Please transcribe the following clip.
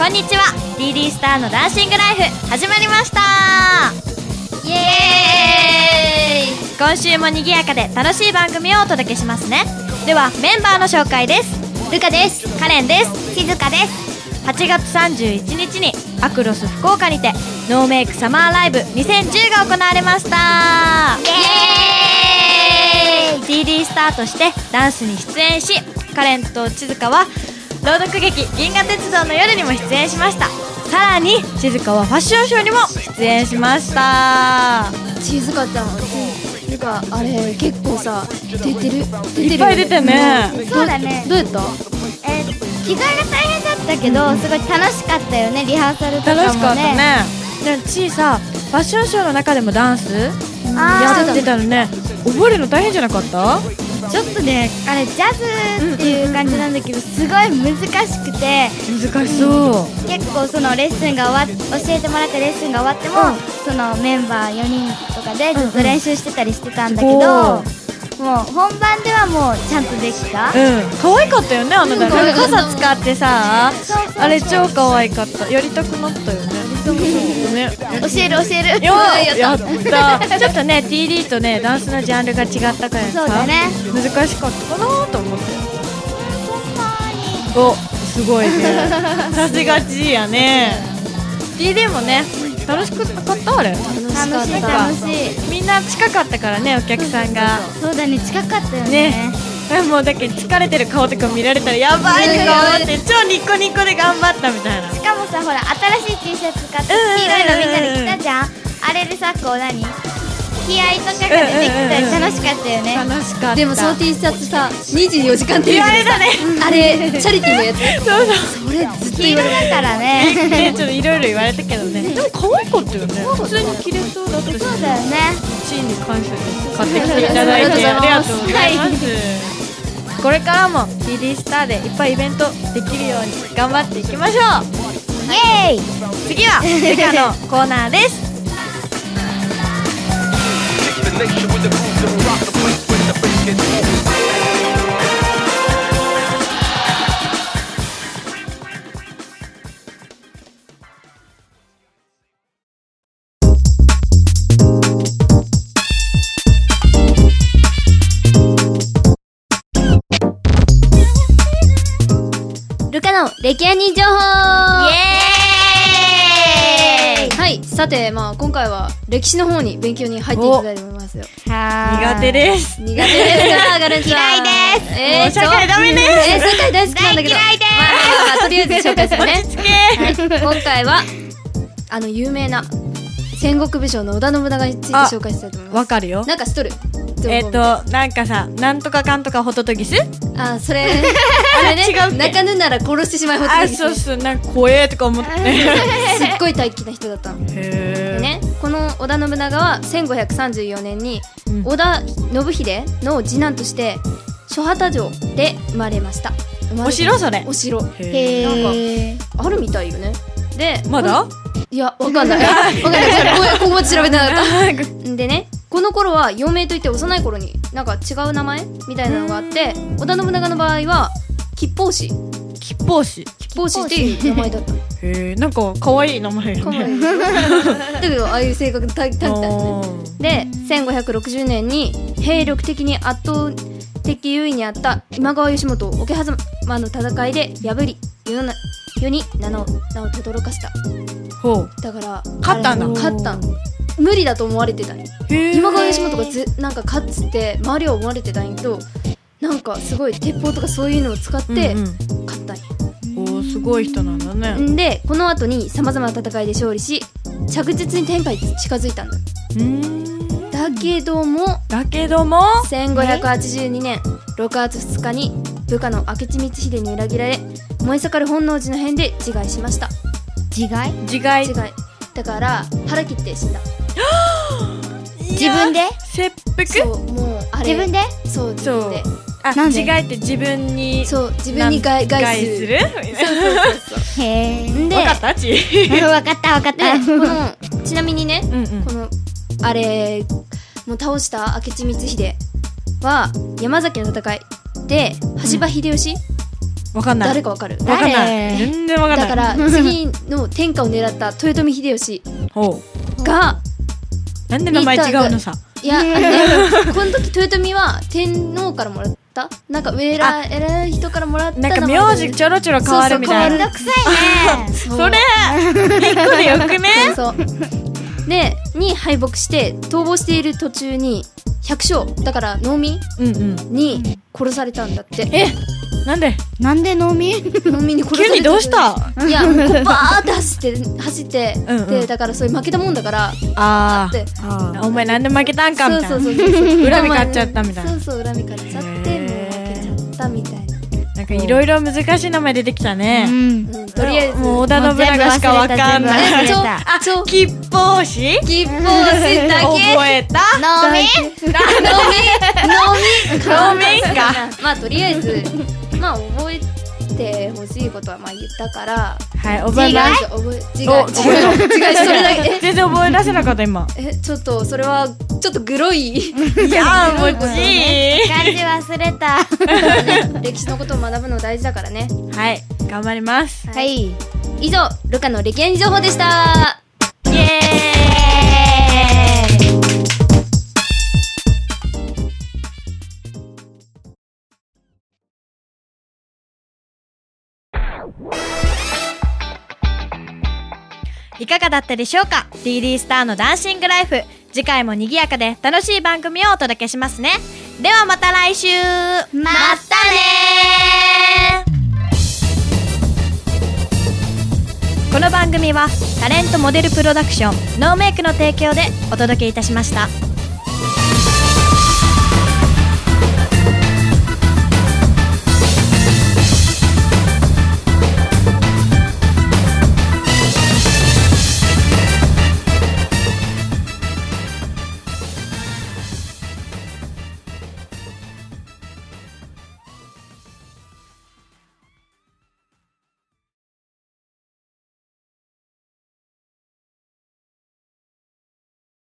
こんにちは。 DD スターのダンシングライフ始まりました。イエーイ。今週も賑やかで楽しい番組をお届けしますね。ではメンバーの紹介です。ルカです。カレンです。静香です。8月31日にアクロス福岡にてノーメイクサマーライブ2010が行われました。イエーイ。 DD スターとしてダンスに出演し、カレンと静香は朗読劇銀河鉄道の夜にも出演しました。さらに静香はファッションショーにも出演しました。 静香ちゃんなんかあれ結構さ出てるいっぱい出てね。 そうだね。どうやった？ 着替えが大変だったけど、すごい楽しかったよね。リハーサルとかもね。 楽しかったね。でちいさ、ファッションショーの中でもダンスやってたのね。覚えるの大変じゃなかった？ ちょっとね、あれジャズっていう感じなんだけど、すごい難しくて難しそう。 結構そのレッスンが教えてもらったレッスンが終わっても、そのメンバー4人とかでずっと練習してたりしてたんだけど、もう本番ではもうちゃんとできた。 可愛かったよね、あの傘使ってさ、あれ超可愛かった。やりたくなったよね。 教えるやった。ちょっとね TD とねダンスのジャンルが違ったからさ、 そうだね、 難しかったかなと思って。お、すごいね。さすが G やね。 TD もね楽しかった。あれ楽しい。 みんな近かったからね、お客さんが。 そうだね、近かったよね。 もうだけ疲れてる顔とか見られたらやばいとか思って超ニコニコで頑張ったみたいな。 しかもさ、ほら新しい T シャツ買って黄色いのみんなで着たじゃん。あれでさ、こう気合とかが出てきたり楽しかったよね。 楽しかった。 でもその T シャツさ24時間テレビ言われたね。 あれチャリティーのやつ。 そうそれずっと黄色だからね。 ちょっといろいろ言われたけどね。でも可愛かったよね。普通に着れそうだったし。 そうだよね。 チームに感謝です。買ってきていただいてありがとうございます。これからも TD スターでいっぱいイベントできるように頑張っていきましょう。イエーイ。次はルカのコーナーです。 ルカの歴アニ情報。イエーイ。はい、さて今回は歴史の方に勉強に入っていただいておりますよ。 苦手です。 苦手ですか、ガルンちゃん。 嫌いです。 社会ダメです。 社会大好きなんだけど。 嫌いです。 とりあえず紹介するね。今回は有名な戦国武将の織田信長について紹介したいと思います。 わかるよ。 なんか知っとる？ なんかさ、なんとかかんとかホトトギス？ それね、 違うっけ？ 泣かぬなら殺してしまいホトトギス。 そうそう、なんか怖えとか思って。 すっごい大気な人だったの。 へー。 でね、この織田信長は1534年に織田信秀の次男として諸畑城で生まれました。 お城？それ。 お城。 へー。なんかあるみたいよね。で、 まだ？ いや、わかんない。ここまで調べてなかった。でね、この頃は幼名といって幼い頃になんか違う名前みたいなのがあって、織田信長の場合は吉報氏っていう名前だった。 へえ、なんか可愛い名前よね。 だけどああいう性格たんだよね。で、1560年に兵力的に圧倒的優位にあった今川義元を桶狭間の戦いで破り世に名を轟かした。 ほう。 だから勝ったんだ。 無理だと思われてたね。 今今川義元がなんか勝つって周りは思われてたんやけど、なんかすごい鉄砲とかそういうのを使って勝ったんや。 おー、すごい人なんだね。 で、この後に様々な戦いで勝利し着実に天下に近づいたんだ。だけども1582年6月2日に部下の明智光秀に裏切られ燃え盛る本能寺の変で自害しました。 自害だから腹切って死んだ。 自分で？ 切腹？ そう、もうあれ自分で？ そう、自分で。 なんで？ 自害って自分に害する。 へー。 で、 分かった？分かった。 ちなみにね、このあれもう倒した明智光秀は山崎の戦いで羽柴秀吉わかんない。 誰かわかる？ わかんない。全然わかんない。 だから次の天下を狙った豊臣秀吉がなんで名前違うのさ。 いや、この時豊臣は天皇からもらったなんか上偉い人からもらったなんか名字ちょろちょろ変わるみたいな。 めんどくさいね。 それ一個でよくね。 そうでに敗北して逃亡している途中に百姓だから農民に殺されたんだって。 なんで農民に殺された。 急にどうした？ いや、こうバーって走ってで、だからそれ負けたもんだからお前なんで負けたんかみたいな。 そう恨み買っちゃったみたいな。 そう恨み買っちゃってもう負けちゃったみたいな。 なんかいろいろ難しい名前出てきたね。 とりあえずもう織田信長しかわかんない。吉報士だけ覚えた。 農民か。まあとりあえずまあ覚えてほしいことはまあ言ったから、 はい、覚えます。 違いそれだけ。 全然覚え出せなかった今。 ちょっとそれはちょっとグロい。 いやもち漢字忘れた。 歴史のことを学ぶの大事だからね。 はい、頑張ります。 はい、以上ルカの歴史情報でした。 イエーイ。いかがだったでしょうか。 DD スターのダンシングライフ、次回も賑やかで楽しい番組をお届けしますね。ではまた来週。 またねこの番組はタレントモデルプロダクションノーメイクの提供でお届けいたしました。